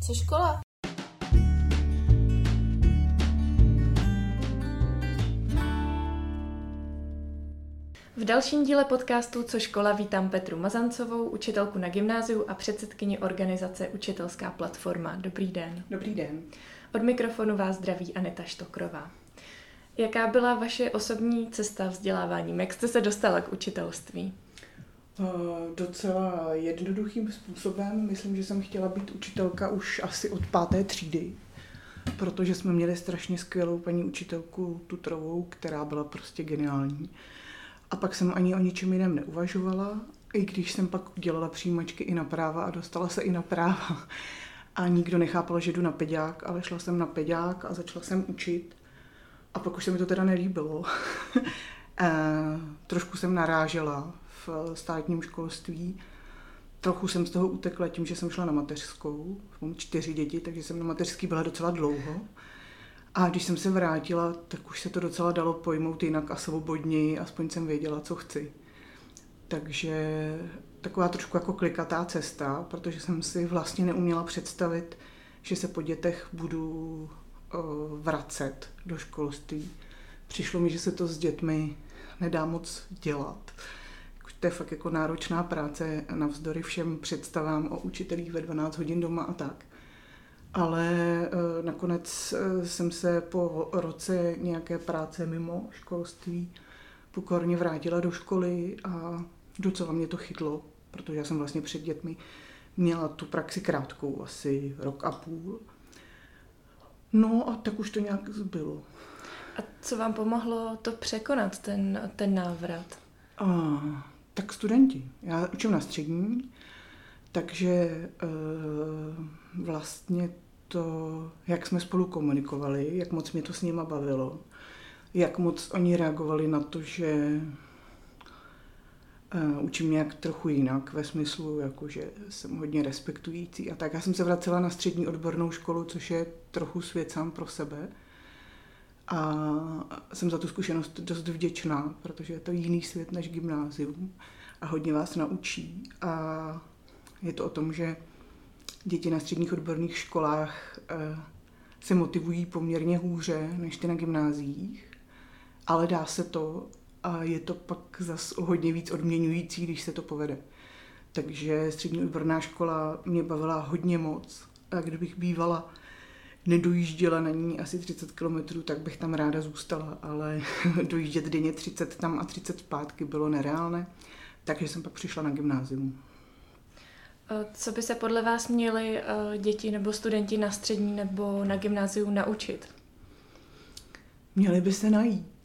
Co škola? V dalším díle podcastu Co škola vítám Petru Mazancovou, učitelku na gymnáziu a předsedkyni organizace Učitelská platforma. Dobrý den. Dobrý den. Od mikrofonu vás zdraví Aneta Štokrová. Jaká byla vaše osobní cesta vzděláváním? Jak jste se dostala k učitelství? Docela jednoduchým způsobem. Myslím, že jsem chtěla být učitelka už asi od 5. třídy, protože jsme měli strašně skvělou paní učitelku Tutrovou, která byla prostě geniální. A pak jsem ani o ničem jiném neuvažovala, i když jsem pak dělala přijímačky i na práva a dostala se i na práva. A nikdo nechápal, že jdu na peďák, ale šla jsem na peďák a začala jsem učit. A pak už se mi to teda nelíbilo. Trošku jsem narážela v státním školství. Trochu jsem z toho utekla tím, že jsem šla na mateřskou. Mám 4 děti, takže jsem na mateřský byla docela dlouho. A když jsem se vrátila, tak už se to docela dalo pojmout jinak a svobodněji, aspoň jsem věděla, co chci. Takže taková trošku jako klikatá cesta, protože jsem si vlastně neuměla představit, že se po dětech budu vracet do školství. Přišlo mi, že se to s dětmi nedá moc dělat. To je fakt jako náročná práce navzdory všem představám o učitelích ve 12 hodin doma a tak. Ale nakonec jsem se po roce nějaké práce mimo školství pokorně vrátila do školy a docela mě to chytlo, protože já jsem vlastně před dětmi měla tu praxi krátkou, asi 1,5 roku. No a tak už to nějak zbylo. A co vám pomohlo to překonat, ten návrat? Tak studenti. Já učím na střední, takže vlastně to, jak jsme spolu komunikovali, jak moc mě to s nima bavilo, jak moc oni reagovali na to, že učím nějak trochu jinak, ve smyslu, jakože jsem hodně respektující a tak. Já jsem se vracela na střední odbornou školu, což je trochu svět sám pro sebe. A jsem za tu zkušenost dost vděčná, protože je to jiný svět než gymnázium a hodně vás naučí. A je to o tom, že děti na středních odborných školách se motivují poměrně hůře než ty na gymnáziích, ale dá se to a je to pak zas hodně víc odměňující, když se to povede. Takže střední odborná škola mě bavila hodně moc a kdybych bývala nedojížděla na ní asi 30 kilometrů, tak bych tam ráda zůstala, ale dojíždět denně 30 tam a 30 zpátky bylo nereálné, takže jsem pak přišla na gymnázium. Co by se podle vás měli děti nebo studenti na střední nebo na gymnáziu naučit? Měli by se najít.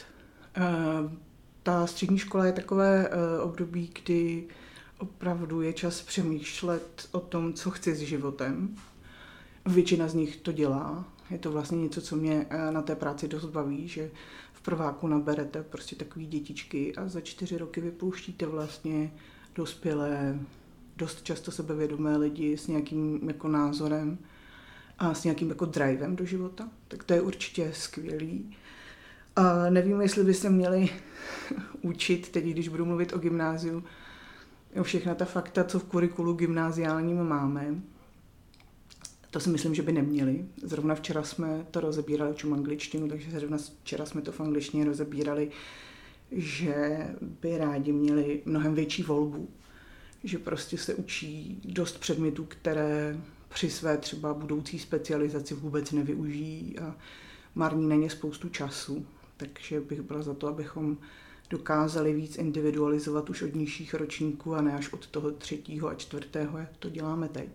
Ta střední škola je takové období, kdy opravdu je čas přemýšlet o tom, co chci s životem. Většina z nich to dělá. Je to vlastně něco, co mě na té práci dost baví, že v prváku naberete prostě takový dětičky a za 4 roky vypouštíte vlastně dospělé, dost často sebevědomé lidi s nějakým jako názorem a s nějakým jako drivem do života. Tak to je určitě skvělý. A nevím, jestli by se měli učit, teď když budu mluvit o gymnáziu, o všechna ta fakta, co v kurikulu gymnáziálním máme. To si myslím, že by neměli. Zrovna včera jsme to rozebírali, učím angličtinu, takže zrovna včera jsme to v angličtině rozebírali, že by rádi měli mnohem větší volbu. Že prostě se učí dost předmětů, které při své třeba budoucí specializaci vůbec nevyužijí a marní na ně spoustu času. Takže bych byla za to, abychom dokázali víc individualizovat už od nižších ročníků a ne až od toho 3. a 4., jak to děláme teď.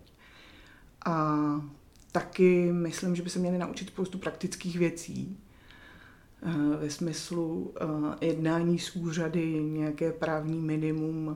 A taky myslím, že by se měli naučit spoustu praktických věcí ve smyslu jednání s úřady, nějaké právní minimum,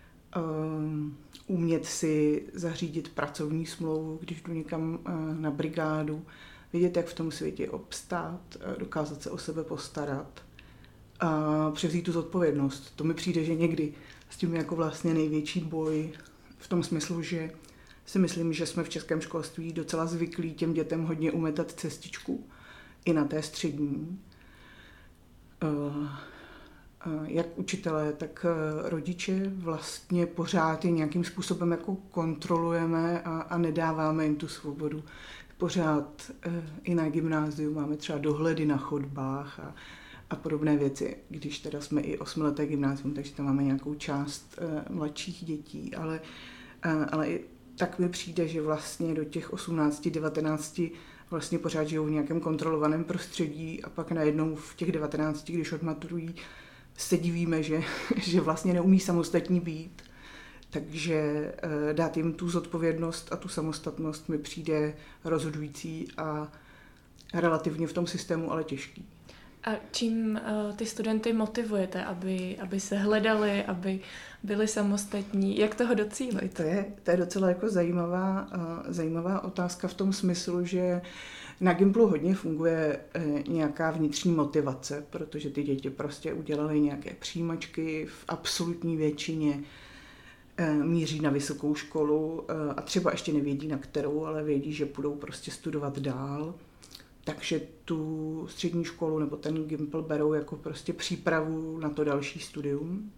umět si zařídit pracovní smlouvu, když jdu někam na brigádu, vědět, jak v tom světě obstát, dokázat se o sebe postarat a převzít tu zodpovědnost. To mi přijde, že někdy s tím jako vlastně největší boj v tom smyslu, že si myslím, že jsme v českém školství docela zvyklí těm dětem hodně umetat cestičku i na té střední. jak učitelé, tak rodiče vlastně pořád je nějakým způsobem jako kontrolujeme a nedáváme jim tu svobodu. Pořád i na gymnáziu máme třeba dohledy na chodbách a podobné věci, když teda jsme i 8leté gymnázium, takže tam máme nějakou část mladších dětí, ale i tak mi přijde, že vlastně do těch 18, 19 vlastně pořád žijou v nějakém kontrolovaném prostředí a pak najednou v těch 19, když odmaturují, se divíme, že vlastně neumí samostatní být. Takže dát jim tu zodpovědnost a tu samostatnost mi přijde rozhodující a relativně v tom systému ale těžký. A čím ty studenty motivujete, aby se hledali, aby byli samostatní? Jak toho docílit? To je docela jako zajímavá otázka v tom smyslu, že na Gimplu hodně funguje nějaká vnitřní motivace, protože ty děti prostě udělaly nějaké přijímačky v absolutní většině, míří na vysokou školu a třeba ještě nevědí na kterou, ale vědí, že budou prostě studovat dál. Takže tu střední školu nebo ten Gimpl berou jako prostě přípravu na to další studium.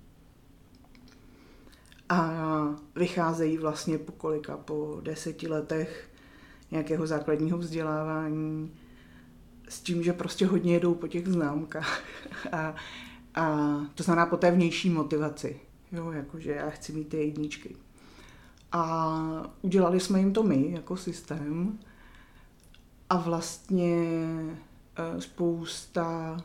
A vycházejí vlastně po 10 letech nějakého základního vzdělávání s tím, že prostě hodně jedou po těch známkách. A to znamená po té vnější motivaci. Jo, jakože já chci mít ty jedničky. A udělali jsme jim to my jako systém a vlastně spousta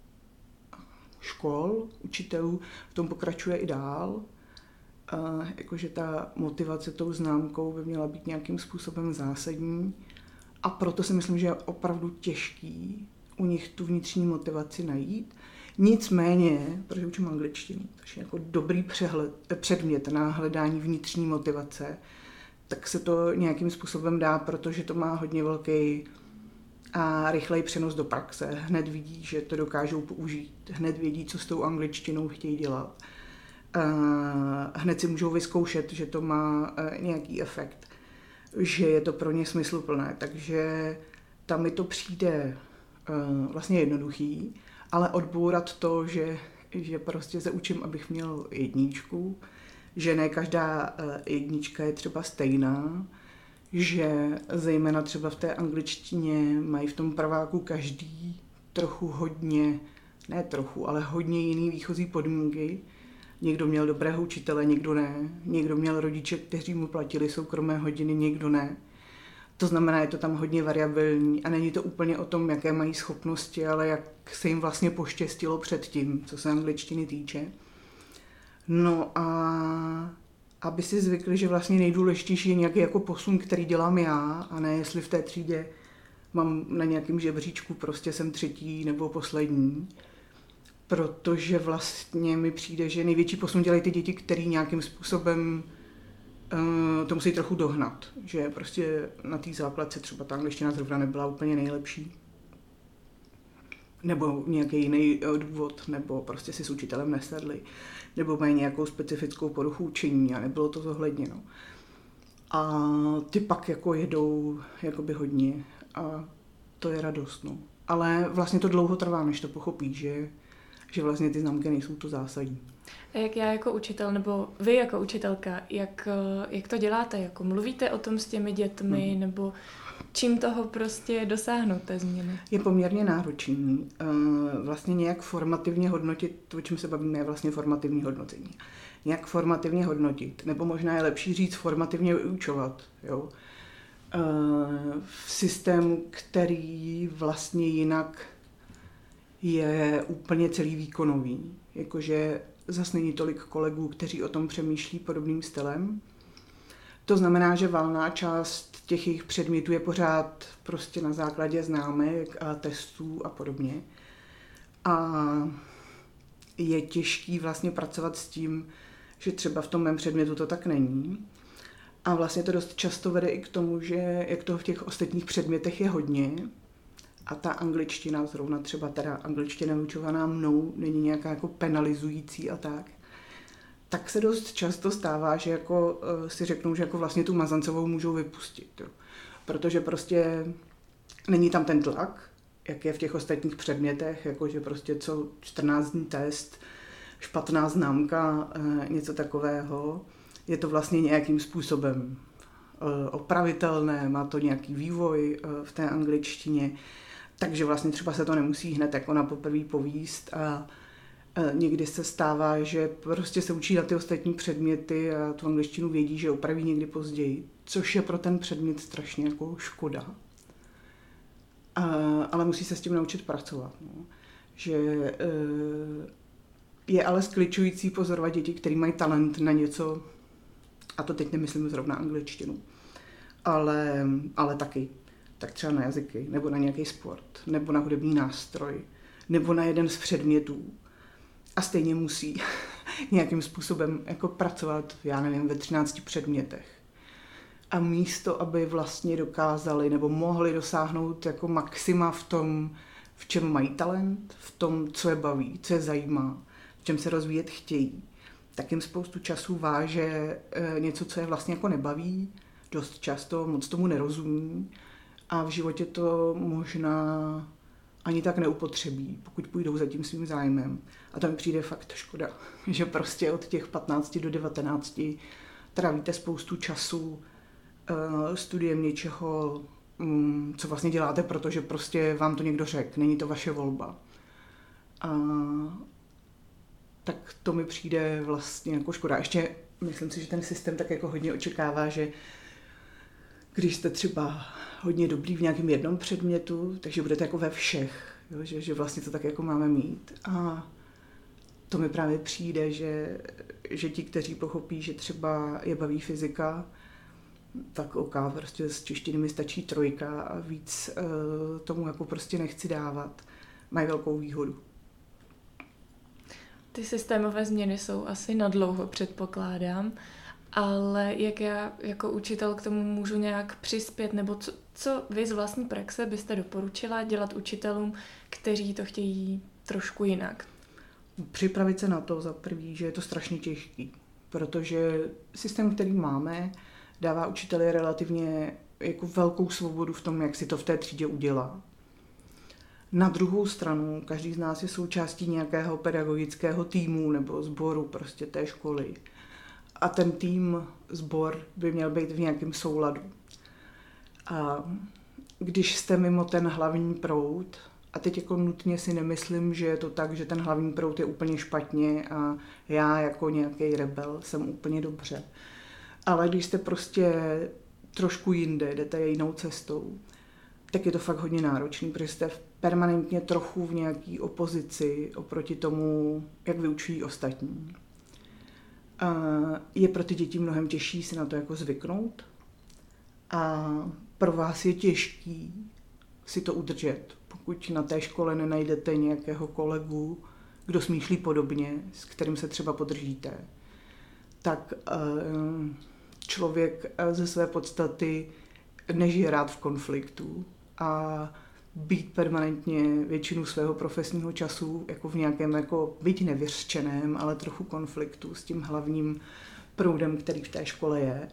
škol, učitelů v tom pokračuje i dál. Jakože ta motivace tou známkou by měla být nějakým způsobem zásadní a proto si myslím, že je opravdu těžký u nich tu vnitřní motivaci najít. Nicméně, protože učím angličtinu, takže jako dobrý předmět na hledání vnitřní motivace, tak se to nějakým způsobem dá, protože to má hodně velký a rychlej přenos do praxe. Hned vidí, že to dokážou použít, hned vědí, co s tou angličtinou chtějí dělat. Hned si můžou vyzkoušet, že to má nějaký efekt, že je to pro ně smysluplné. Takže tam mi to přijde vlastně jednoduchý, ale odbourat to, že prostě se učím, abych měl jedničku, že ne každá jednička je třeba stejná, že zejména třeba v té angličtině mají v tom prváku každý trochu hodně, ne trochu, ale hodně jiný výchozí podmínky. Někdo měl dobrého učitele, někdo ne. Někdo měl rodiče, kteří mu platili soukromé hodiny, někdo ne. To znamená, je to tam hodně variabilní a není to úplně o tom, jaké mají schopnosti, ale jak se jim vlastně poštěstilo předtím, co se angličtiny týče. No a aby si zvykli, že vlastně nejdůležitější je nějaký jako posun, který dělám já, a ne jestli v té třídě mám na nějakém žebříčku prostě jsem třetí nebo poslední. Protože vlastně mi přijde, že největší posun dělají ty děti, který nějakým způsobem to musí trochu dohnat. Že prostě na té základce třeba ta angličtina zrovna nebyla úplně nejlepší. Nebo nějaký jiný důvod, nebo prostě si s učitelem nesedli. Nebo mají nějakou specifickou poruchu učení a nebylo to zohledněno. A ty pak jako jedou jakoby hodně a to je radost. No. Ale vlastně to dlouho trvá, než to pochopí, že vlastně ty známky nejsou to zásadní. A jak já jako učitel, nebo vy jako učitelka, jak to děláte? Jako mluvíte o tom s těmi dětmi, nebo čím toho prostě dosáhnout té změny? Je poměrně náročný. Vlastně nějak formativně hodnotit, o čem se bavíme, je vlastně formativní hodnocení. Nějak formativně hodnotit, nebo možná je lepší říct formativně vyučovat. Jo? V systému, který vlastně jinak je úplně celý výkonový. Jakože zase není tolik kolegů, kteří o tom přemýšlí podobným stylem. To znamená, že valná část těch jejich předmětů je pořád prostě na základě známek a testů a podobně. A je těžký vlastně pracovat s tím, že třeba v tom mém předmětu to tak není. A vlastně to dost často vede i k tomu, že jak toho v těch ostatních předmětech je hodně, a ta angličtina, zrovna třeba teda angličtina vyučovaná mnou, není nějaká jako penalizující a tak se dost často stává, že jako si řeknou, že jako vlastně tu Mazancovou můžou vypustit. Jo. Protože prostě není tam ten tlak, jak je v těch ostatních předmětech, jakože prostě co 14 dní test, špatná známka, něco takového. Je to vlastně nějakým způsobem opravitelné, má to nějaký vývoj v té angličtině, takže vlastně třeba se to nemusí hned jako na poprvé povíst a někdy se stává, že prostě se učí na ty ostatní předměty a tu angličtinu vědí, že opraví někdy později, což je pro ten předmět strašně jako škoda. Ale musí se s tím naučit pracovat. No. Že je ale skličující pozorovat děti, které mají talent na něco, a to teď nemyslím zrovna angličtinu, ale taky. Tak třeba na jazyky, nebo na nějaký sport, nebo na hudební nástroj, nebo na jeden z předmětů. A stejně musí nějakým způsobem jako pracovat, já nevím, ve 13 předmětech. A místo, aby vlastně dokázali nebo mohli dosáhnout jako maxima v tom, v čem mají talent, v tom, co je baví, co je zajímá, v čem se rozvíjet chtějí, tak jim spoustu času váže něco, co je vlastně jako nebaví, dost často moc tomu nerozumí a v životě to možná ani tak neupotřebí, pokud půjdou za tím svým zájmem. A to mi přijde fakt škoda, že prostě od těch 15 do 19 trávíte spoustu času studiem něčeho, co vlastně děláte, protože prostě vám to někdo řekl, není to vaše volba. A tak to mi přijde vlastně jako škoda. Ještě myslím si, že ten systém tak jako hodně očekává, že když jste třeba hodně dobrý v nějakém jednom předmětu, takže budete jako ve všech, jo? Že vlastně to tak jako máme mít. A to mi právě přijde, že ti, kteří pochopí, že třeba je baví fyzika, tak prostě s češtiny mi stačí 3 a víc tomu jako prostě nechci dávat. Mají velkou výhodu. Ty systémové změny jsou asi nadlouho, předpokládám, ale jak já jako učitel k tomu můžu nějak přispět, nebo co vy z vlastní praxe byste doporučila dělat učitelům, kteří to chtějí trošku jinak? Připravit se na to za prvý, že je to strašně těžký, protože systém, který máme, dává učiteli relativně jako velkou svobodu v tom, jak si to v té třídě udělá. Na druhou stranu, každý z nás je součástí nějakého pedagogického týmu nebo sboru prostě té školy. A ten tým, sbor by měl být v nějakém souladu. A když jste mimo ten hlavní proud, a teď jako nutně si nemyslím, že je to tak, že ten hlavní proud je úplně špatně a já jako nějaký rebel jsem úplně dobře. Ale když jste prostě trošku jinde, jdete jinou cestou, tak je to fakt hodně náročný, protože jste permanentně trochu v nějaký opozici oproti tomu, jak vyučují ostatní. A je pro ty děti mnohem těžší si na to jako zvyknout a pro vás je těžký si to udržet, pokud na té škole nenajdete nějakého kolegu, kdo smýšlí podobně, s kterým se třeba podržíte, tak člověk ze své podstaty nežije rád v konfliktu a být permanentně většinu svého profesního času jako v nějakém jako byť nevyřčeném, ale trochu konfliktu s tím hlavním proudem, který v té škole je.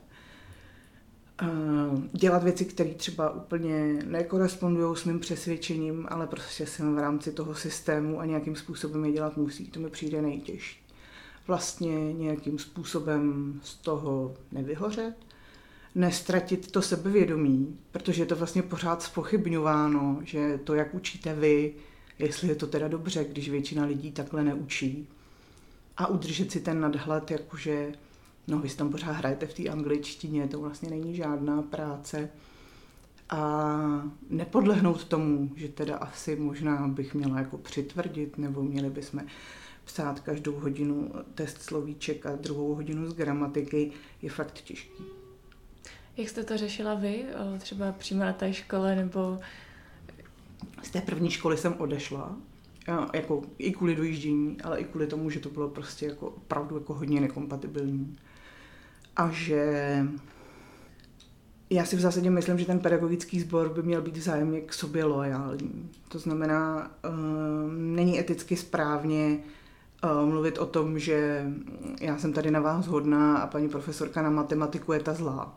Dělat věci, které třeba úplně nekorespondují s mým přesvědčením, ale prostě jsem v rámci toho systému a nějakým způsobem je dělat musí. To mi přijde nejtěžší. Vlastně nějakým způsobem z toho nevyhořet, nestratit to sebevědomí, protože je to vlastně pořád zpochybňováno, že to, jak učíte vy, jestli je to teda dobře, když většina lidí takhle neučí. A udržet si ten nadhled, jakože no, vy tam pořád hrajete v té angličtině, to vlastně není žádná práce. A nepodlehnout tomu, že teda asi možná bych měla jako přitvrdit, nebo měli bychom psát každou hodinu test slovíček a druhou hodinu z gramatiky, je fakt těžký. Jak jste to řešila vy? Třeba přímo na té škole, nebo... Z té první školy jsem odešla, jako i kvůli dojíždění, ale i kvůli tomu, že to bylo prostě jako opravdu jako hodně nekompatibilní. A že já si v zásadě myslím, že ten pedagogický sbor by měl být vzájemně k sobě loajální. To znamená, není eticky správně mluvit o tom, že já jsem tady na vás hodná a paní profesorka na matematiku je ta zlá.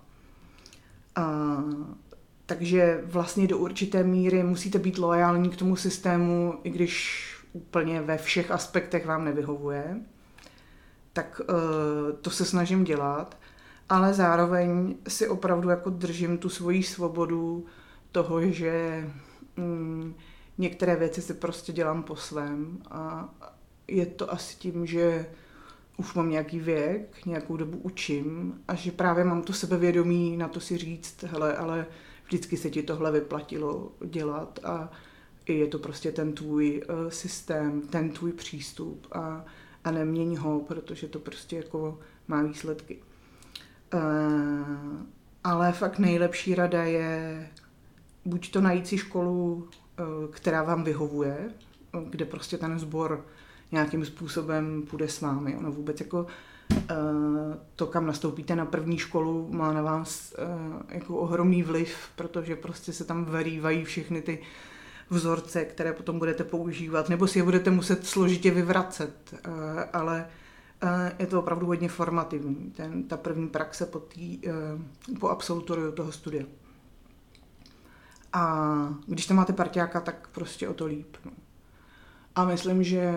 Takže vlastně do určité míry musíte být loajální k tomu systému, i když úplně ve všech aspektech vám nevyhovuje. tak to se snažím dělat, ale zároveň si opravdu jako držím tu svoji svobodu toho, že některé věci si prostě dělám po svém a je to asi tím, že už mám nějaký věk, nějakou dobu učím a že právě mám to sebevědomí na to si říct, hele, ale vždycky se ti tohle vyplatilo dělat a je to prostě ten tvůj systém, ten tvůj přístup a neměň ho, protože to prostě jako má výsledky. Ale fakt nejlepší rada je buď to najít si školu, která vám vyhovuje, kde prostě ten sbor nějakým způsobem půjde s vámi. Ono vůbec jako to, kam nastoupíte na první školu, má na vás jako ohromný vliv, protože prostě se tam vyrývají všechny ty vzorce, které potom budete používat, nebo si je budete muset složitě vyvracet, ale je to opravdu hodně formativní, ta první praxe po absolutoriu toho studia. A když tam máte parťáka, tak prostě o to líp. No. A myslím, že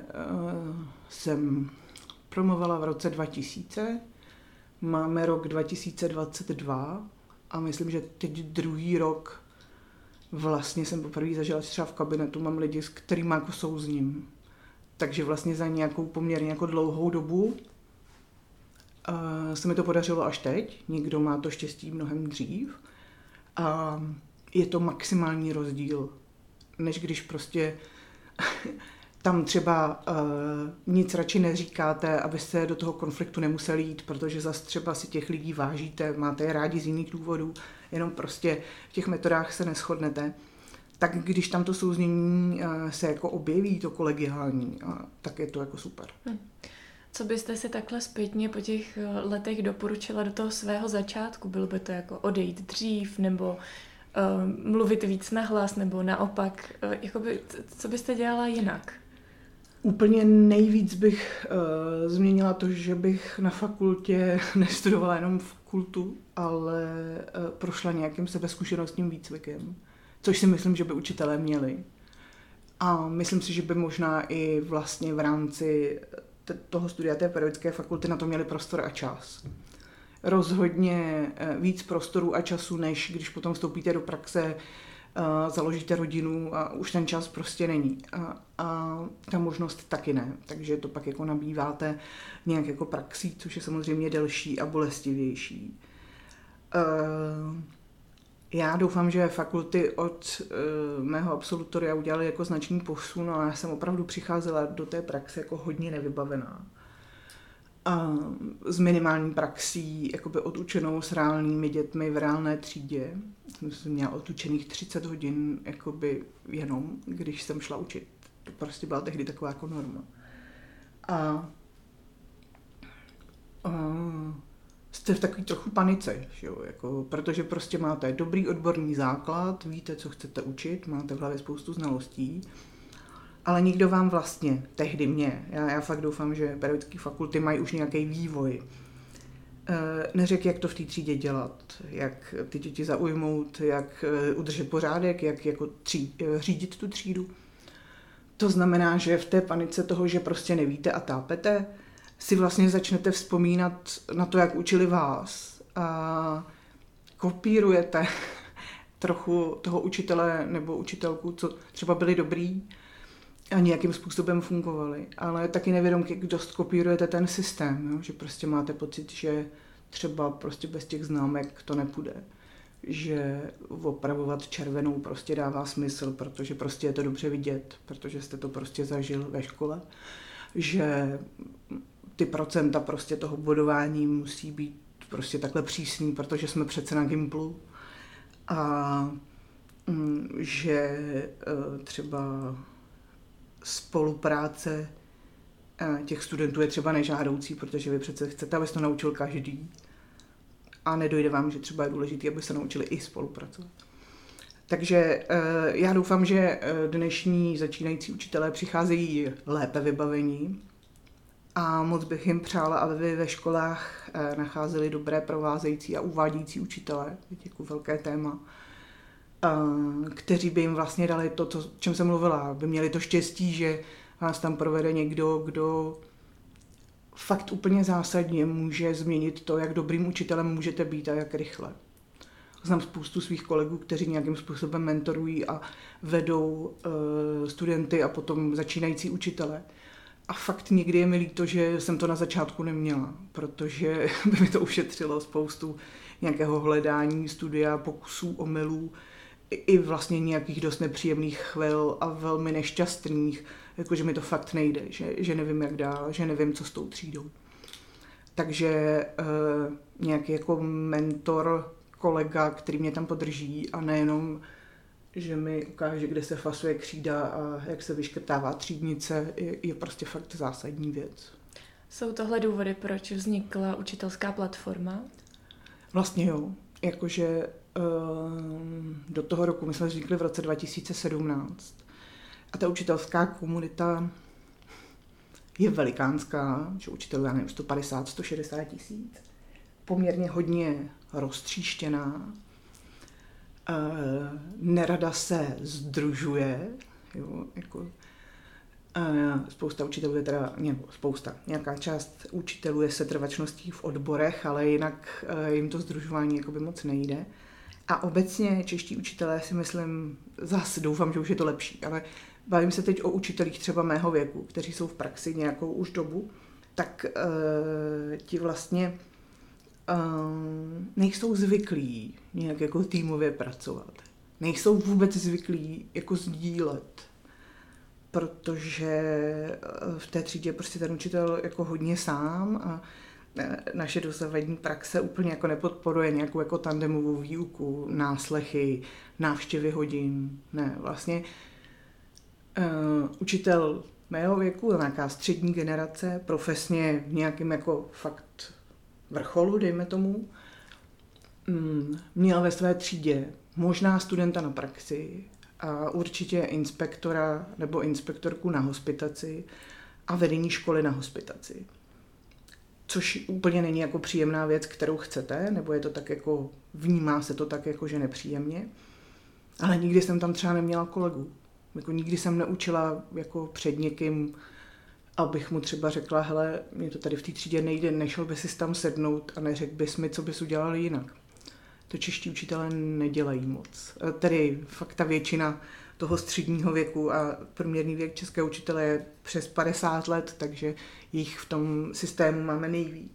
jsem promovala v roce 2000, máme rok 2022 a myslím, že teď druhý rok vlastně jsem poprvé zažila třeba v kabinetu, mám lidi, s kterými jako souzním. Takže vlastně za nějakou poměrně jako dlouhou dobu se mi to podařilo až teď. Někdo má to štěstí mnohem dřív. A je to maximální rozdíl, než když prostě tam třeba nic radši neříkáte, abyste do toho konfliktu nemuseli jít, protože zase třeba si těch lidí vážíte, máte je rádi z jiných důvodů, jenom prostě v těch metodách se neshodnete. Tak když tam to souznění se jako objeví, to kolegiální, tak je to jako super. Co byste si takhle zpětně po těch letech doporučila do toho svého začátku? Bylo by to jako odejít dřív, nebo mluvit víc nahlas, nebo naopak? Co byste dělala jinak? Úplně nejvíc bych změnila to, že bych na fakultě nestudovala jenom fakultu, ale prošla nějakým sebezkušenostním výcvikem. Což si myslím, že by učitelé měli. A myslím si, že by možná i vlastně v rámci toho studia té pedagogické fakulty na to měli prostor a čas. Rozhodně víc prostoru a času, než když potom vstoupíte do praxe, založíte rodinu a už ten čas prostě není. A ta možnost taky ne. Takže to pak jako nabýváte nějak jako praxí, což je samozřejmě delší a bolestivější. Já doufám, že fakulty od mého absolutoria udělaly jako značný posun a já jsem opravdu přicházela do té praxe jako hodně nevybavená. A s minimální praxí, jakoby odučenou s reálnými dětmi v reálné třídě. Jsem měla odučených 30 hodin jakoby jenom, když jsem šla učit. To prostě byla tehdy taková jako norma. A jste v takový trochu panice, jo? Jako, protože prostě máte dobrý odborný základ, víte, co chcete učit, máte v hlavě spoustu znalostí, ale nikdo vám vlastně, tehdy mě, já fakt doufám, že pedagogické fakulty mají už nějaký vývoj, neřekl, jak to v té třídě dělat, jak ty děti zaujmout, jak udržet pořádek, jak jako řídit tu třídu. To znamená, že v té panice toho, že prostě nevíte a tápete, si vlastně začnete vzpomínat na to, jak učili vás a kopírujete trochu toho učitele nebo učitelku, co třeba byli dobrý a nějakým způsobem fungovali, ale taky nevědomky dost kopírujete ten systém, jo? Že prostě máte pocit, že třeba prostě bez těch známek to nepůjde, že opravovat červenou prostě dává smysl, protože prostě je to dobře vidět, protože jste to prostě zažil ve škole, že ty procenta prostě toho bodování musí být prostě takhle přísný, protože jsme přece na Gimplu. A že třeba spolupráce těch studentů je třeba nežádoucí, protože vy přece chcete, aby se to naučil každý. A nedojde vám, že třeba je důležité, aby se naučili i spolupracovat. Takže já doufám, že dnešní začínající učitelé přicházejí lépe vybavení a moc bych jim přála, aby ve školách nacházeli dobré provázející a uvádějící učitele, jako velké téma, kteří by jim vlastně dali to, o čem jsem mluvila, aby měli to štěstí, že vás tam provede někdo, kdo fakt úplně zásadně může změnit to, jak dobrým učitelem můžete být a jak rychle. Znám spoustu svých kolegů, kteří nějakým způsobem mentorují a vedou studenty a potom začínající učitele. A fakt někdy je mi líto, že jsem to na začátku neměla, protože by mi to ušetřilo spoustu nějakého hledání, studia, pokusů, omylů, i vlastně nějakých dost nepříjemných chvil a velmi nešťastných, jakože mi to fakt nejde, že nevím jak dál, že nevím, co s tou třídou. Takže nějaký jako mentor, kolega, který mě tam podrží a nejenom, že mi ukáže, kde se fasuje křída a jak se vyškrtává třídnice, je prostě fakt zásadní věc. Jsou tohle důvody, proč vznikla učitelská platforma? Vlastně jo, jakože do toho roku my jsme vznikli v roce 2017 a ta učitelská komunita je velikánská, že učitelů, já nevím, 150-160 tisíc, poměrně hodně roztříštěná, nerada se sdružuje, jo, jako spousta učitelů je teda, nějaká část učitelů je setrvačností v odborech, ale jinak jim to sdružování jakoby moc nejde. A obecně čeští učitelé si myslím, zase doufám, že už je to lepší, ale bavím se teď o učitelích třeba mého věku, kteří jsou v praxi nějakou už dobu, tak ti vlastně nejsou zvyklí nějak jako týmově pracovat. Nejsou vůbec zvyklí jako sdílet, protože v té třídě prostě ten učitel jako hodně sám a naše dosavadní praxe úplně jako nepodporuje nějakou jako tandemovou výuku, náslechy, návštěvy hodin. Ne, vlastně učitel mého věku, nějaká střední generace, profesně v nějakém jako fakt vrcholu, dejme tomu, měl ve své třídě možná studenta na praxi a určitě inspektora nebo inspektorku na hospitaci a vedení školy na hospitaci. Což úplně není jako příjemná věc, kterou chcete, nebo je to tak jako, vnímá se to tak jako, že nepříjemně. Ale nikdy jsem tam třeba neměla kolegu. Jako nikdy jsem neučila jako před někým, abych mu třeba řekla, hele, mě to tady v té třídě nejde, nešel by si tam sednout a neřekl bys mi, co bys udělal jinak. To čeští učitelé nedělají moc. Tedy fakt ta většina toho středního věku a průměrný věk českého učitele je přes 50 let, takže jich v tom systému máme nejvíc.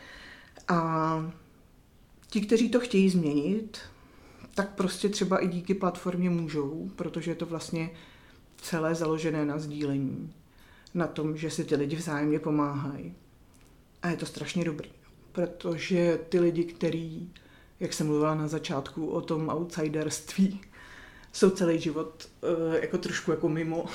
A ti, kteří to chtějí změnit, tak prostě třeba i díky platformě můžou, protože je to vlastně celé založené na sdílení, na tom, že si ty lidi vzájemně pomáhají. A je to strašně dobrý, protože ty lidi, kteří, jak jsem mluvila na začátku o tom outsiderství, jsou celý život jako trošku jako mimo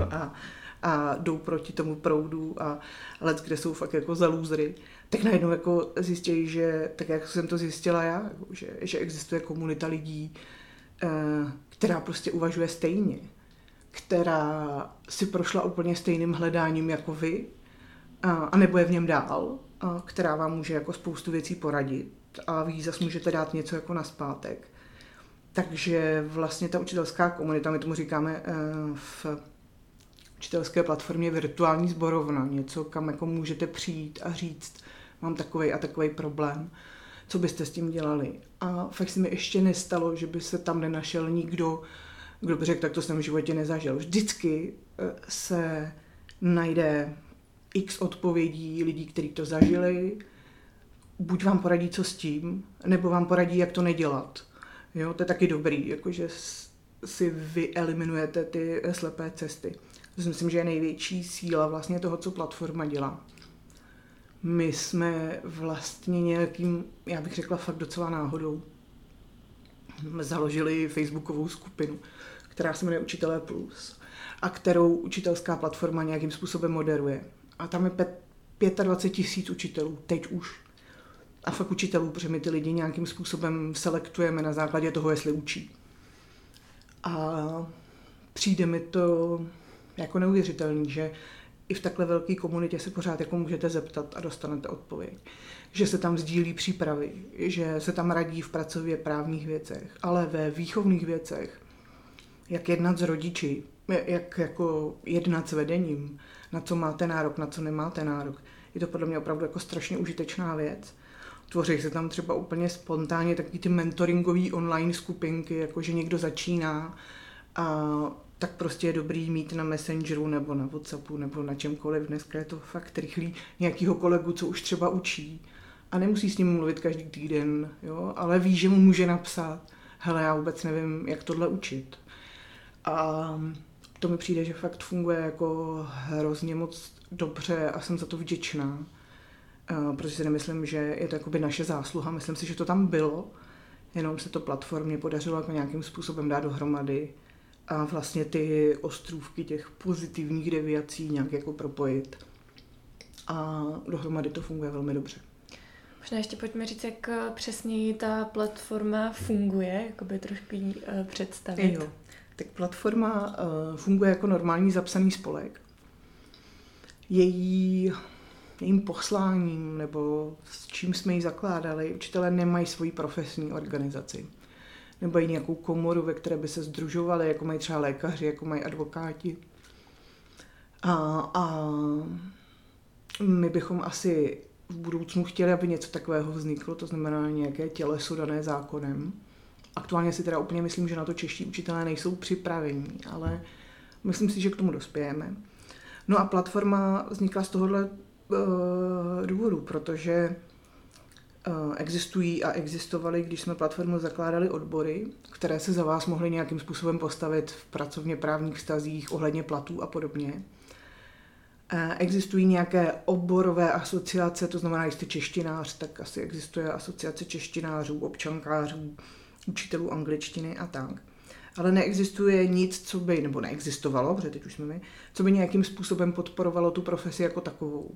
a jdou proti tomu proudu a let, kde jsou fakt jako za lůzry, tak najednou jako zjistějí, že tak jak jsem to zjistila já, že existuje komunita lidí, která prostě uvažuje stejně, která si prošla úplně stejným hledáním jako vy a nebo je v něm dál, která vám může jako spoustu věcí poradit a vy zase můžete dát něco jako nazpátek. Takže vlastně ta učitelská komunita, my tomu říkáme v učitelské platformě virtuální sborovna, něco, kam jako můžete přijít a říct, mám takovej a takovej problém, co byste s tím dělali. A fakt se mi ještě nestalo, že by se tam nenašel nikdo, kdo by řekl, tak to jsem v životě nezažil. Vždycky se najde x odpovědí lidí, kteří to zažili, buď vám poradí, co s tím, nebo vám poradí, jak to nedělat. Jo, to je taky dobrý, jakože si vy eliminujete ty slepé cesty. To si myslím, že je největší síla vlastně toho, co platforma dělá. My jsme vlastně nějakým, já bych řekla fakt docela náhodou, založili facebookovou skupinu, která se jmenuje Učitelé Plus a kterou učitelská platforma nějakým způsobem moderuje. A tam je 25 000 učitelů, teď už. A fakt učitelů, protože my ty lidi nějakým způsobem selektujeme na základě toho, jestli učí. A přijde mi to jako neuvěřitelný, že i v takhle velké komunitě se pořád jako můžete zeptat a dostanete odpověď. Že se tam sdílí přípravy, že se tam radí v pracově právních věcech, ale ve výchovných věcech, jak jednat s rodiči, jak jako jednat s vedením, na co máte nárok, na co nemáte nárok, je to podle mě opravdu jako strašně užitečná věc. Tvoří se tam třeba úplně spontánně taky ty mentoringové online skupinky, jako že někdo začíná a tak prostě je dobrý mít na Messengeru nebo na WhatsAppu nebo na čemkoliv. Dneska je to fakt rychlý nějakýho kolegu, co už třeba učí a nemusí s ním mluvit každý týden, jo? Ale ví, že mu může napsat, hele, já vůbec nevím, jak tohle učit. A to mi přijde, že fakt funguje jako hrozně moc dobře a jsem za to vděčná. Protože si nemyslím, že je to jakoby naše zásluha. Myslím si, že to tam bylo, jenom se to platformě podařilo jako nějakým způsobem dát dohromady a vlastně ty ostrůvky těch pozitivních deviací nějak jako propojit. A dohromady to funguje velmi dobře. Možná ještě pojďme říct, jak přesněji ta platforma funguje, jakoby trošku ji představit. Jo. Tak platforma funguje jako normální zapsaný spolek. Jejím posláním nebo s čím jsme ji zakládali, učitelé nemají svoji profesní organizaci. Nemají nějakou komoru, ve které by se sdružovali, jako mají třeba lékaři, jako mají advokáti. A my bychom asi v budoucnu chtěli, aby něco takového vzniklo, to znamená nějaké těleso dané zákonem. Aktuálně si teda úplně myslím, že na to čeští učitelé nejsou připraveni, ale myslím si, že k tomu dospějeme. No a platforma vznikla z tohohle důvodu, protože existují a existovaly, když jsme platformu zakládali, odbory, které se za vás mohly nějakým způsobem postavit v pracovně právních vztazích ohledně platů a podobně. Existují nějaké oborové asociace, to znamená, že jste češtinář, tak asi existuje asociace češtinářů, občankářů, učitelů angličtiny a tak. Ale neexistuje nic, co by, nebo neexistovalo, protože teď už jsme my, co by nějakým způsobem podporovalo tu profesi jako takovou.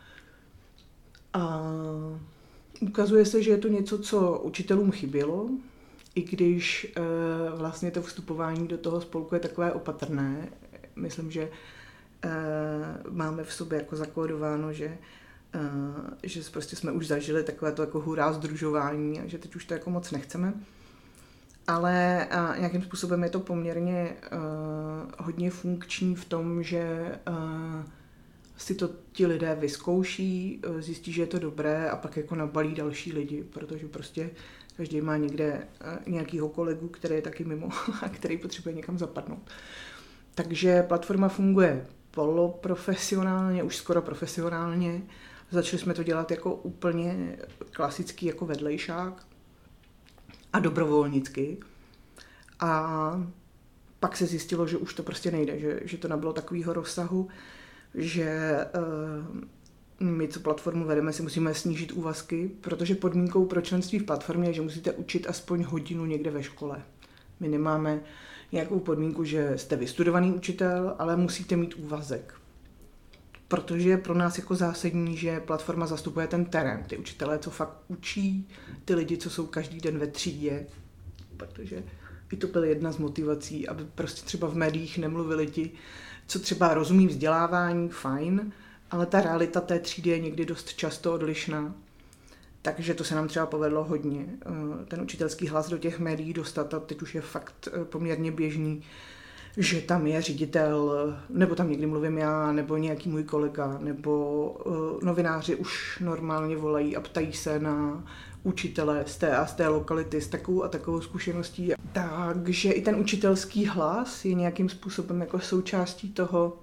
A ukazuje se, že je to něco, co učitelům chybělo, i když vlastně to vstupování do toho spolku je takové opatrné. Myslím, že máme v sobě jako zakódováno, že prostě jsme už zažili takové to jako hurá sdružování a že teď už to jako moc nechceme. Ale nějakým způsobem je to poměrně hodně funkční v tom, že si to ti lidé vyzkouší, zjistí, že je to dobré a pak jako nabalí další lidi, protože prostě každý má někde nějakýho kolegu, který je taky mimo a který potřebuje někam zapadnout. Takže platforma funguje poloprofesionálně, už skoro profesionálně. Začali jsme to dělat jako úplně klasický jako vedlejšák a dobrovolnicky. A pak se zjistilo, že už to prostě nejde, že to nabylo takového rozsahu, že my, co platformu vedeme, si musíme snížit úvazky, protože podmínkou pro členství v platformě je, že musíte učit aspoň hodinu někde ve škole. My nemáme nějakou podmínku, že jste vystudovaný učitel, ale musíte mít úvazek. Protože je pro nás jako zásadní, že platforma zastupuje ten terén, ty učitelé, co fakt učí, ty lidi, co jsou každý den ve třídě, protože i to byla jedna z motivací, aby prostě třeba v médiích nemluvili ti, co třeba rozumí vzdělávání, fajn, ale ta realita té třídy je někdy dost často odlišná. Takže to se nám třeba povedlo hodně. Ten učitelský hlas do těch médií dostat a teď už je fakt poměrně běžný, že tam je ředitel, nebo tam někdy mluvím já, nebo nějaký můj kolega, nebo novináři už normálně volají a ptají se na učitele z té a z té lokality s takovou a takovou zkušeností. Takže i ten učitelský hlas je nějakým způsobem jako součástí toho,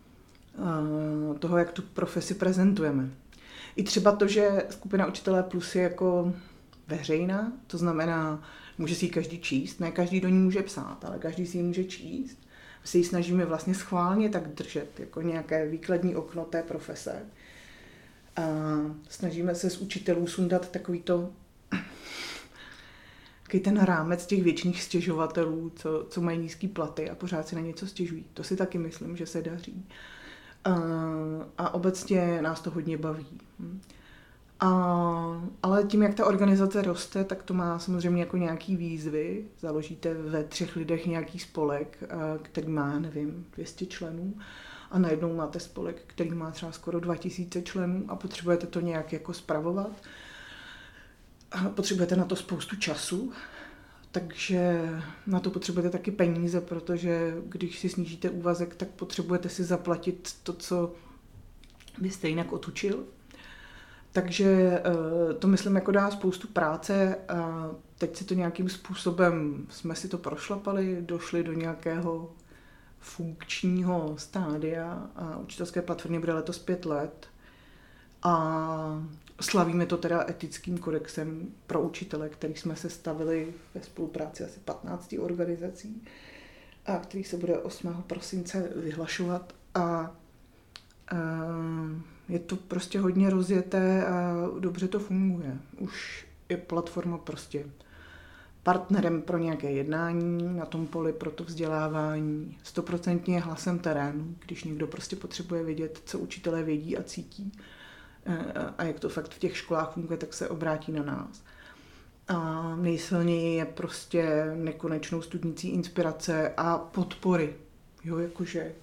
jak tu profesi prezentujeme. I třeba to, že skupina Učitelé Plus je jako veřejná, to znamená, může si ji každý číst, ne každý do ní může psát, ale každý si ji může číst. My se ji snažíme vlastně schválně tak držet, jako nějaké výkladní okno té profese. A snažíme se z učitelů sundat takový ten rámec těch věčných stěžovatelů, co mají nízký platy a pořád si na něco stěžují. To si taky myslím, že se daří. A obecně nás to hodně baví. Ale tím, jak ta organizace roste, tak to má samozřejmě jako nějaký výzvy. Založíte ve 3 lidech nějaký spolek, který má, nevím, 200 členů a najednou máte spolek, který má třeba skoro 2000 členů a potřebujete to nějak jako spravovat. A potřebujete na to spoustu času, takže na to potřebujete taky peníze, protože když si snížíte úvazek, tak potřebujete si zaplatit to, co byste jinak otučil. Takže to myslím jako dá spoustu práce a teď si to nějakým způsobem, jsme si to prošlapali, došli do nějakého funkčního stádia a učitelské platformě bude letos 5 let a slavíme to teda etickým kodexem pro učitele, který jsme sestavili ve spolupráci asi 15 organizací a který se bude 8. prosince vyhlašovat a je to prostě hodně rozjeté a dobře to funguje. Už je platforma prostě partnerem pro nějaké jednání na tom poli pro to vzdělávání. 100% hlasem terénu, když někdo prostě potřebuje vědět, co učitelé vědí a cítí a jak to fakt v těch školách funguje, tak se obrátí na nás. A nejsilněji je prostě nekonečnou studnicí inspirace a podpory. Jo, jakože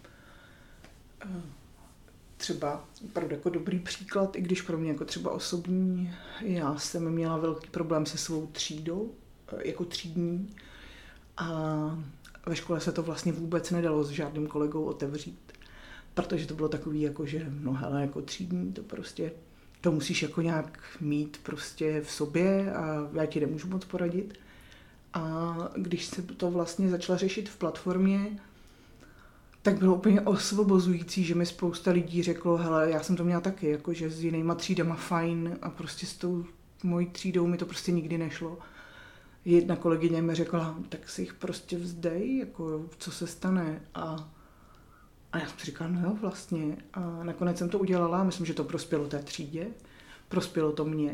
třeba opravdu jako dobrý příklad, i když pro mě jako třeba osobní, já jsem měla velký problém se svou třídou, jako třídní a ve škole se to vlastně vůbec nedalo s žádným kolegou otevřít, protože to bylo takový jako, že no hele, jako třídní, to prostě, to musíš jako nějak mít prostě v sobě a já ti nemůžu moc poradit. A když se to vlastně začala řešit v platformě, tak bylo úplně osvobozující, že mi spousta lidí řeklo, hele, já jsem to měla taky, jakože s jinýma třídama fajn a prostě s tou mojí třídou mi to prostě nikdy nešlo. Jedna kolegyně mi řekla, tak si jich prostě vzdej, jako co se stane. A já jsem si říkala, no jo, vlastně. A nakonec jsem to udělala, myslím, že to prospělo té třídě, prospělo to mně.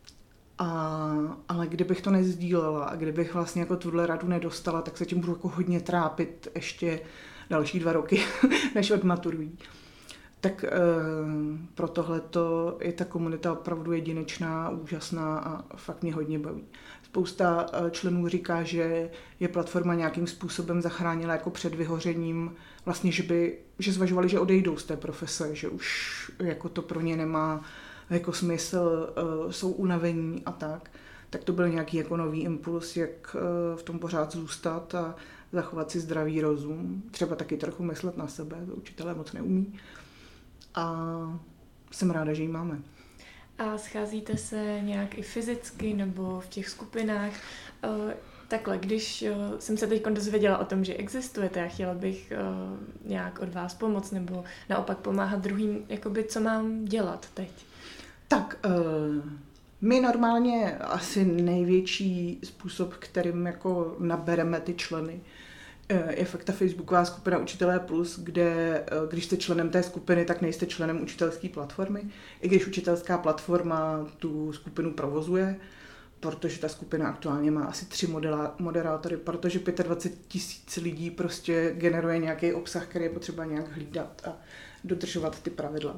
Ale kdybych to nezdílela a kdybych vlastně jako tuhle radu nedostala, tak se tím budu jako hodně trápit ještě další 2 roky, než odmaturují. Tak pro tohleto je ta komunita opravdu jedinečná, úžasná a fakt mě hodně baví. Spousta členů říká, že je platforma nějakým způsobem zachránila jako před vyhořením, vlastně, že zvažovali, že odejdou z té profese, že už jako to pro ně nemá jako smysl, jsou unavení a tak. Tak to byl nějaký jako nový impuls, jak v tom pořád zůstat a zachovat si zdravý rozum. Třeba taky trochu myslet na sebe, to učitelé moc neumí. A jsem ráda, že ji máme. A scházíte se nějak i fyzicky nebo v těch skupinách? Takhle, když jsem se teď dozvěděla o tom, že existujete a chtěla bych nějak od vás pomoct nebo naopak pomáhat druhým, jakoby co mám dělat teď? Tak, my normálně asi největší způsob, kterým jako nabereme ty členy, je fakt ta facebooková skupina Učitelé Plus, kde když jste členem té skupiny, tak nejste členem učitelské platformy. I když učitelská platforma tu skupinu provozuje, protože ta skupina aktuálně má asi 3 moderátory, protože 25 000 lidí prostě generuje nějaký obsah, který je potřeba nějak hlídat a dodržovat ty pravidla.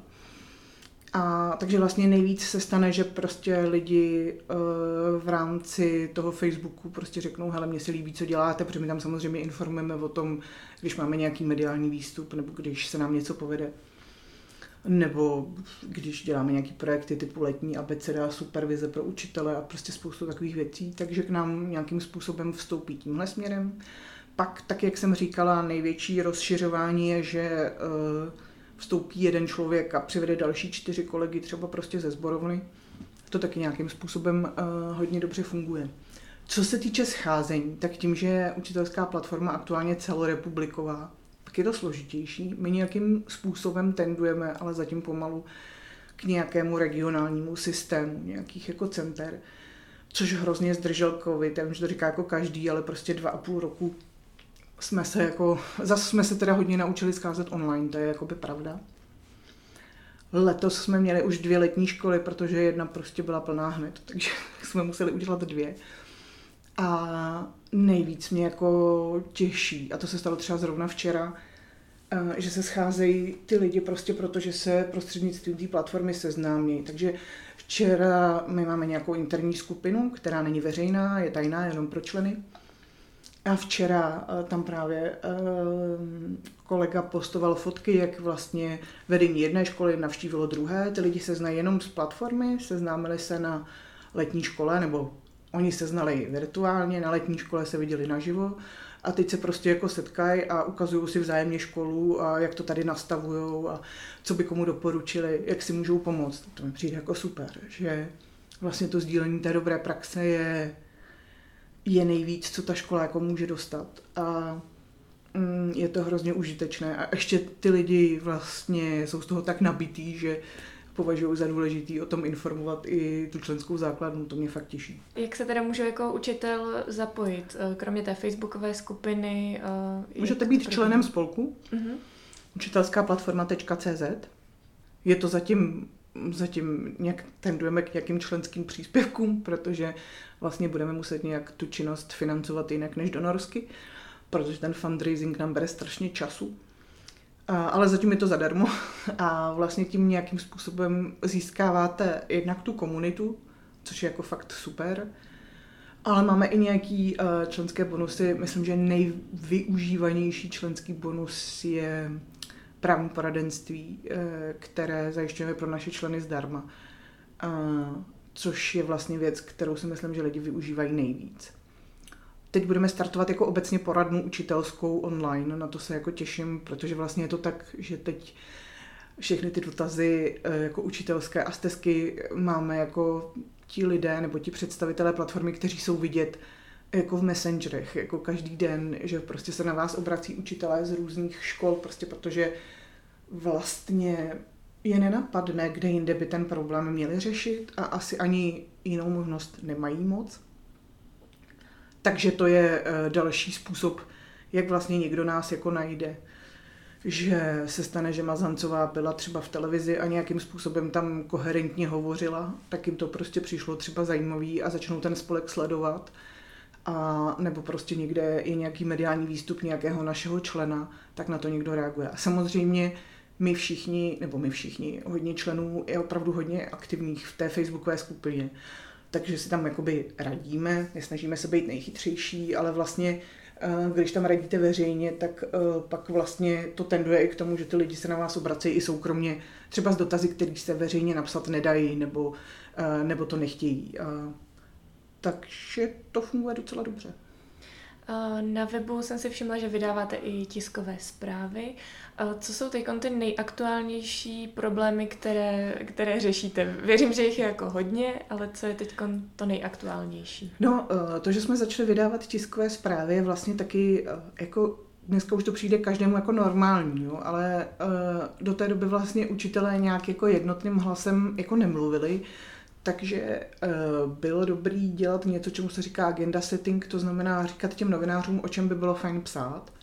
A takže vlastně nejvíc se stane, že prostě lidi v rámci toho Facebooku prostě řeknou, hele, mně se líbí, co děláte, protože my tam samozřejmě informujeme o tom, když máme nějaký mediální výstup, nebo když se nám něco povede, nebo když děláme nějaký projekty typu letní abeceda, supervize pro učitele a prostě spoustu takových věcí, takže k nám nějakým způsobem vstoupí tímhle směrem. Pak, tak jak jsem říkala, největší rozšiřování je, že vstoupí jeden člověk a přivede další 4 kolegy třeba prostě ze sborovny. To taky nějakým způsobem hodně dobře funguje. Co se týče scházení, tak tím, že je učitelská platforma aktuálně celorepubliková, tak je to složitější. My nějakým způsobem tendujeme, ale zatím pomalu k nějakému regionálnímu systému, nějakých jako center, což hrozně zdržel covid. Já vím, že to říká jako každý, ale prostě 2,5 roku zase jsme se teda hodně naučili scházet online, to je jakoby pravda. Letos jsme měli už 2 letní školy, protože jedna prostě byla plná hned, takže jsme museli udělat 2. A nejvíc mě jako těší, a to se stalo třeba zrovna včera, že se scházejí ty lidi prostě proto, že se prostřednictvím té platformy seznámí. Takže včera my máme nějakou interní skupinu, která není veřejná, je tajná jenom pro členy. A včera tam právě kolega postoval fotky, jak vlastně vedení jedné školy navštívilo druhé. Ty lidi se znají jenom z platformy, seznámili se na letní škole, nebo oni se znali virtuálně, na letní škole se viděli naživo. a teď se prostě jako setkají a ukazují si vzájemně školu a jak to tady nastavujou a co by komu doporučili, jak si můžou pomoct. To mi přijde jako super, že vlastně to sdílení té dobré praxe je nejvíc, co ta škola jako může dostat. A je to hrozně užitečné. A ještě ty lidi vlastně jsou z toho tak nabitý, že považuji za důležitý o tom informovat i tu členskou základnu, to mě fakt těší. Jak se teda můžu jako učitel zapojit, kromě té facebookové skupiny? Můžete být členem spolku, učitelskáplatforma.cz. Je to zatím nějak tendujeme k nějakým členským příspěvkům, protože vlastně budeme muset nějak tu činnost financovat jinak než donorsky, protože ten fundraising nám bere strašně času. Ale zatím je to zadarmo a vlastně tím nějakým způsobem získáváte jednak tu komunitu, což je jako fakt super, ale máme i nějaký členské bonusy. Myslím, že nejvyužívanější členský bonus je právní poradenství, které zajišťujeme pro naše členy zdarma, což je vlastně věc, kterou si myslím, že lidi využívají nejvíc. Teď budeme startovat jako obecně poradnu učitelskou online, na to se jako těším, protože vlastně je to tak, že teď všechny ty dotazy jako učitelské a stezky máme jako ti lidé nebo ti představitelé platformy, kteří jsou vidět jako v messengerech, jako každý den, že prostě se na vás obrací učitelé z různých škol, prostě protože vlastně je nenapadne, kde jinde by ten problém měli řešit a asi ani jinou možnost nemají moc. Takže to je další způsob, jak vlastně někdo nás jako najde. Že se stane, že Mazancová byla třeba v televizi a nějakým způsobem tam koherentně hovořila, tak jim to prostě přišlo třeba zajímavý a začnou ten spolek sledovat. A nebo prostě někde je nějaký mediální výstup nějakého našeho člena, tak na to někdo reaguje. A samozřejmě my všichni, hodně členů je opravdu hodně aktivních v té facebookové skupině. Takže si tam jakoby radíme, nesnažíme se být nejchytřejší, ale vlastně, když tam radíte veřejně, tak pak vlastně to tenduje i k tomu, že ty lidi se na vás obracejí i soukromně, třeba z dotazy, které se veřejně napsat nedají, nebo to nechtějí. Takže to funguje docela dobře. Na webu jsem si všimla, že vydáváte i tiskové zprávy. Co jsou teď ty nejaktuálnější problémy, které řešíte? Věřím, že jich je jako hodně, ale co je teď to nejaktuálnější? No, to, že jsme začali vydávat tiskové zprávy, je vlastně taky jako dneska už to přijde každému jako normální, jo? Ale do té doby vlastně učitelé nějak jako jednotným hlasem jako nemluvili. Takže bylo dobrý dělat něco, čemu se říká agenda setting, to znamená říkat těm novinářům, o čem by bylo fajn psát.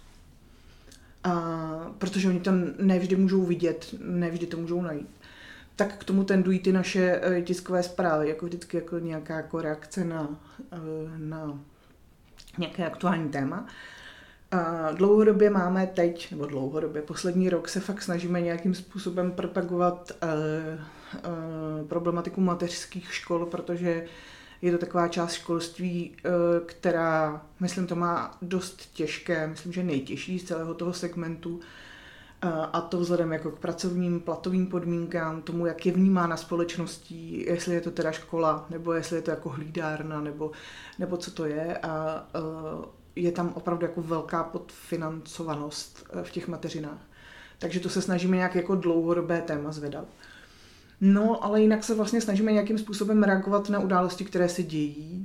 Protože oni to nevždy můžou vidět, nevždy to můžou najít. Tak k tomu tendují ty naše tiskové zprávy, jako vždycky jako nějaká jako reakce na nějaké aktuální téma. Dlouhodobě máme teď, poslední rok se fakt snažíme nějakým způsobem propagovat problematiku mateřských škol, protože je to taková část školství, která, myslím, to má dost těžké, myslím, že nejtěžší z celého toho segmentu, a to vzhledem jako k pracovním, platovým podmínkám, tomu, jak je vnímána společností, jestli je to teda škola, nebo jestli je to jako hlídárna, nebo co to je. A je tam opravdu jako velká podfinancovanost v těch mateřinách. Takže to se snažíme nějak jako dlouhodobé téma zvedat. No, ale jinak se vlastně snažíme nějakým způsobem reagovat na události, které se dějí.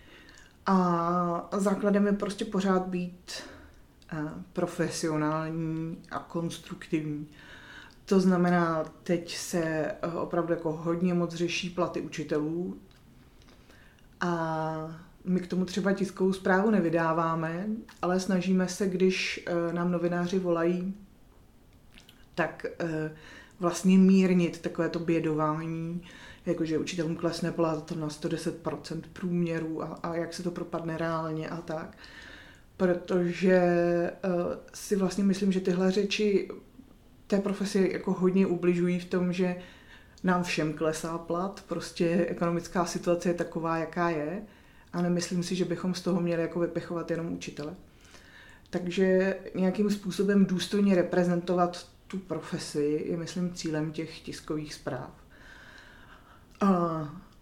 A základem je prostě pořád být profesionální a konstruktivní. To znamená, teď se opravdu jako hodně moc řeší platy učitelů a my k tomu třeba tiskovou zprávu nevydáváme, ale snažíme se, když nám novináři volají, tak vlastně mírnit takovéto bědování, jakože učitelům klesne plat na 110% průměru a jak se to propadne reálně a tak. Protože si vlastně myslím, že tyhle řeči té profesi jako hodně ubližují v tom, že nám všem klesá plat, prostě ekonomická situace je taková, jaká je, a nemyslím si, že bychom z toho měli jako vypěchovat jenom učitele. Takže nějakým způsobem důstojně reprezentovat tu profesi je, myslím, cílem těch tiskových zpráv.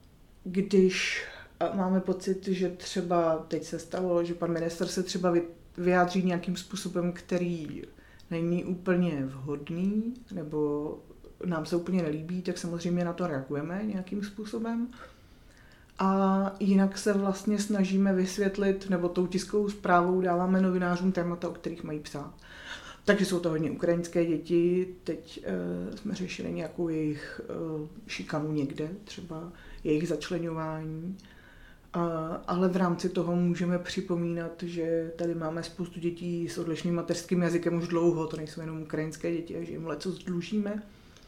Když máme pocit, že třeba teď se stalo, že pan ministr se třeba vyjádří nějakým způsobem, který není úplně vhodný, nebo nám se úplně nelíbí, tak samozřejmě na to reagujeme nějakým způsobem. A jinak se vlastně snažíme vysvětlit, nebo tou tiskovou zprávou dáváme novinářům témata, o kterých mají psát. Takže jsou to hodně ukrajinské děti, teď jsme řešili nějakou jejich šikanu někde, třeba jejich začleňování. Ale v rámci toho můžeme připomínat, že tady máme spoustu dětí s odlišným mateřským jazykem už dlouho, to nejsou jenom ukrajinské děti, a že jim lecos dlužíme.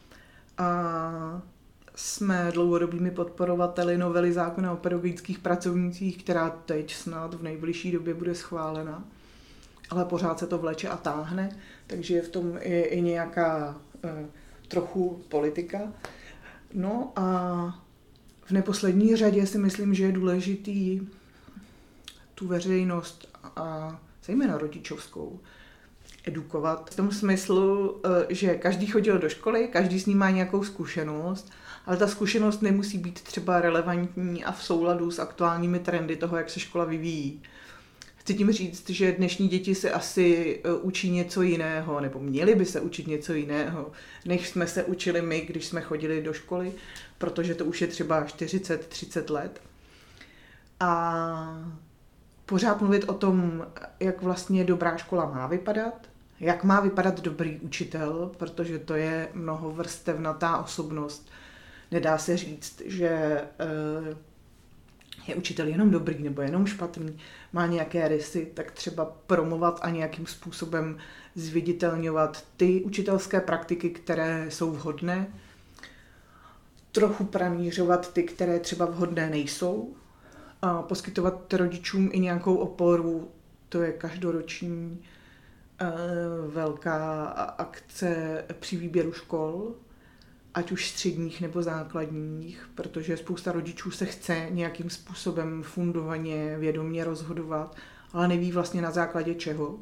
A jsme dlouhodobými podporovateli novely zákona o pedagogických pracovnících, která teď snad v nejbližší době bude schválena. Ale pořád se to vleče a táhne, takže v tom je i nějaká trochu politika. No a v neposlední řadě si myslím, že je důležitý tu veřejnost a zejména rodičovskou edukovat. V tom smyslu, že každý chodil do školy, každý s ním má nějakou zkušenost, ale ta zkušenost nemusí být třeba relevantní a v souladu s aktuálními trendy toho, jak se škola vyvíjí. Chci tím říct, že dnešní děti se asi učí něco jiného, nebo měly by se učit něco jiného, než jsme se učili my, když jsme chodili do školy, protože to už je třeba 40-30 let. A pořád mluvit o tom, jak vlastně dobrá škola má vypadat, jak má vypadat dobrý učitel, protože to je mnohovrstevnatá osobnost. Nedá se říct, že je učitel jenom dobrý nebo jenom špatný, má nějaké rysy, tak třeba promovat a nějakým způsobem zviditelňovat ty učitelské praktiky, které jsou vhodné, trochu pranířovat ty, které třeba vhodné nejsou, a poskytovat rodičům i nějakou oporu. To je každoroční velká akce při výběru škol, ať už středních nebo základních, protože spousta rodičů se chce nějakým způsobem fundovaně, vědomě rozhodovat, ale neví vlastně na základě čeho.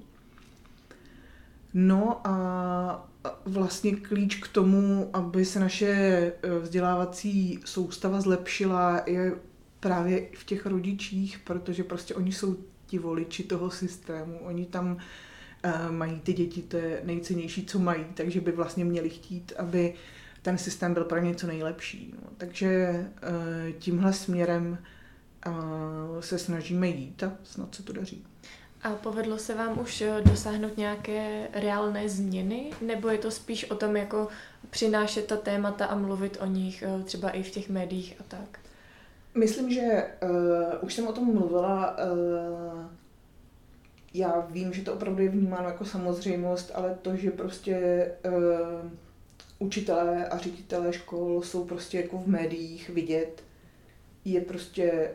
No a vlastně klíč k tomu, aby se naše vzdělávací soustava zlepšila, je právě v těch rodičích, protože prostě oni jsou ti voliči toho systému, oni tam mají ty děti, to je nejcennější, co mají, takže by vlastně měli chtít, aby ten systém byl pro ně co nejlepší. No. Takže tímhle směrem se snažíme jít a snad se to daří. A povedlo se vám už dosáhnout nějaké reálné změny? Nebo je to spíš o tom, jako přinášet ta témata a mluvit o nich třeba i v těch médiích a tak? Myslím, že už jsem o tom mluvila. Já vím, že to opravdu je vnímáno jako samozřejmost, ale to, že prostě učitelé a ředitelé škol jsou prostě jako v médiích vidět, je prostě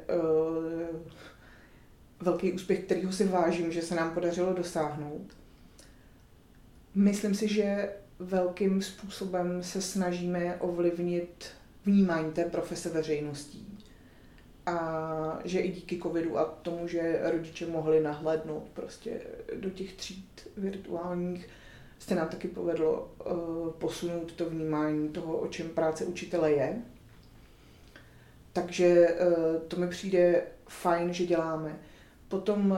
velký úspěch, kterýho si vážím, že se nám podařilo dosáhnout. Myslím si, že velkým způsobem se snažíme ovlivnit vnímání té profese veřejností. A že i díky covidu a tomu, že rodiče mohli nahlédnout prostě do těch tříd virtuálních, se nám taky povedlo posunout to vnímání toho, o čem práce učitele je. Takže to mi přijde fajn, že děláme. Potom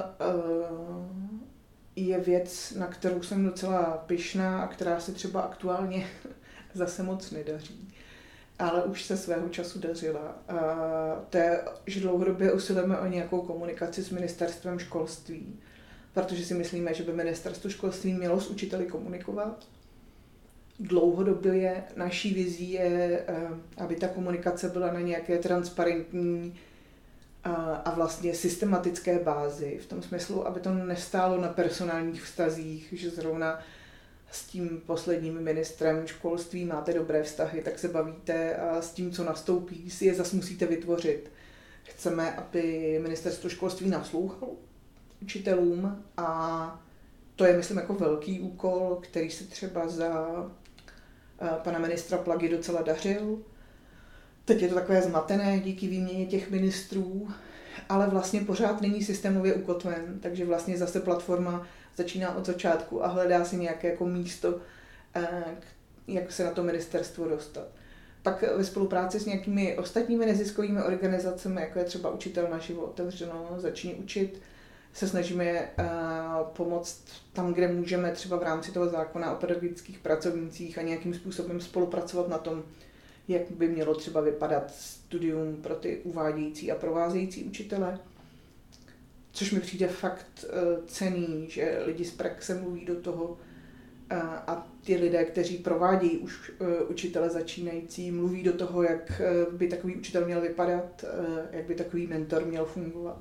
je věc, na kterou jsem docela pyšná a která se třeba aktuálně zase moc nedaří, ale už se svého času dařila. To je, že dlouhodobě usilujeme o nějakou komunikaci s ministerstvem školství, protože si myslíme, že by ministerstvo školství mělo s učiteli komunikovat. Dlouhodobě naší vizí je, aby ta komunikace byla na nějaké transparentní a vlastně systematické bázi, v tom smyslu, aby to nestálo na personálních vztazích, že zrovna s tím posledním ministrem školství máte dobré vztahy, tak se bavíte a s tím, co nastoupí, si je zase musíte vytvořit. Chceme, aby ministerstvo školství naslouchalo učitelům a to je, myslím, jako velký úkol, který se třeba za pana ministra Plagy docela dařil. Teď je to takové zmatené díky výměně těch ministrů, ale vlastně pořád není systémově ukotven, takže vlastně zase platforma začíná od začátku a hledá si nějaké jako místo, jak se na to ministerstvo dostat. Pak ve spolupráci s nějakými ostatními neziskovými organizacemi, jako je třeba Učitel naživo otevřeno, Začni učit, se snažíme pomoct tam, kde můžeme, třeba v rámci toho zákona o pedagogických pracovnících a nějakým způsobem spolupracovat na tom, jak by mělo třeba vypadat studium pro ty uvádějící a provázející učitele. Což mi přijde fakt cenný, že lidi z praxe mluví do toho a ty lidé, kteří provádějí už učitele začínající, mluví do toho, jak by takový učitel měl vypadat, jak by takový mentor měl fungovat.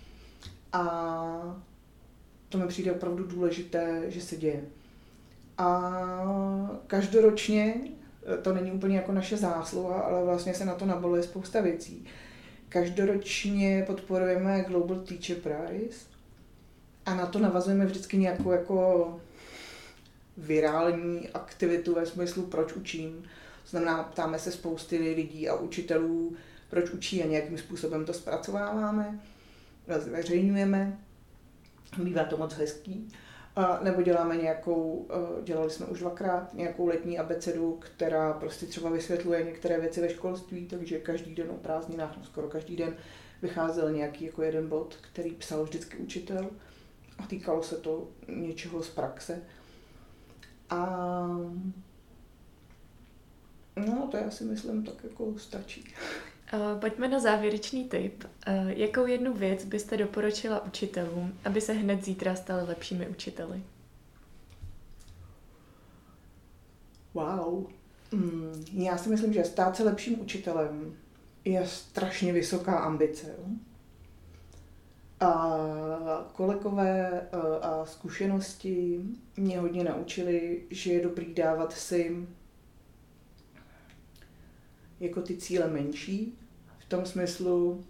A to mi přijde opravdu důležité, že se děje. A každoročně, to není úplně jako naše zásluha, ale vlastně se na to nabaluje spousta věcí. Každoročně podporujeme Global Teacher Prize a na to navazujeme vždycky nějakou jako virální aktivitu ve smyslu, proč učím. To znamená, ptáme se spousty lidí a učitelů, proč učí a nějakým způsobem to zpracováváme, zveřejňujeme. Bývá to moc hezký. Nebo děláme dělali jsme už 2krát nějakou letní abecedu, která prostě třeba vysvětluje některé věci ve školství, takže každý den o prázdninách, skoro každý den vycházel nějaký jako jeden bod, který psal vždycky učitel a týkalo se to něčeho z praxe. A no, to já si myslím tak jako stačí. Pojďme na závěrečný tip. Jakou jednu věc byste doporučila učitelům, aby se hned zítra stali lepšími učiteli? Wow. Já si myslím, že stát se lepším učitelem je strašně vysoká ambice. Jo? A kolegové a zkušenosti mě hodně naučili, že je dobrý dávat si jako ty cíle menší, v tom smyslu,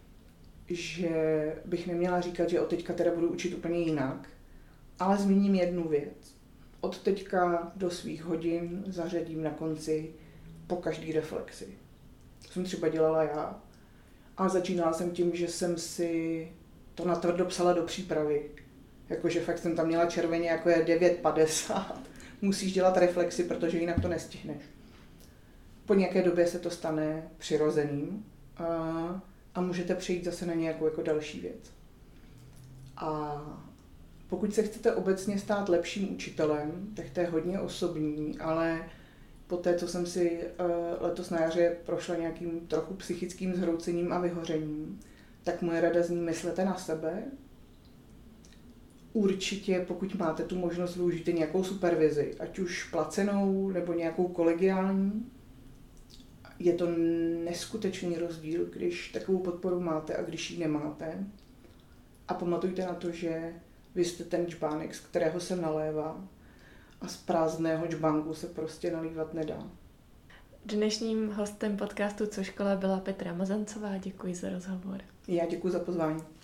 že bych neměla říkat, že od teďka teda budu učit úplně jinak, ale zmíním jednu věc. Od teďka do svých hodin zařadím na konci po každý reflexi. To jsem třeba dělala já. A začínala jsem tím, že jsem si to natvrdo psala do přípravy. Jakože fakt jsem tam měla červeně, jako je 9:50. Musíš dělat reflexy, protože jinak to nestihneš. Po nějaké době se to stane přirozeným a můžete přejít zase na nějakou jako další věc. A pokud se chcete obecně stát lepším učitelem, tak to je hodně osobní, ale po té, co jsem si letos na jaře prošla nějakým trochu psychickým zhroucením a vyhořením, tak moje rada zní: myslete na sebe. Určitě, pokud máte tu možnost, využijte nějakou supervizi, ať už placenou nebo nějakou kolegiální. Je to neskutečný rozdíl, když takovou podporu máte a když ji nemáte. A pamatujte na to, že vy jste ten džbánek, z kterého se nalévá, a z prázdného džbánku se prostě nalívat nedá. Dnešním hostem podcastu Co škola byla Petra Mazancová. Děkuji za rozhovor. Já děkuji za pozvání.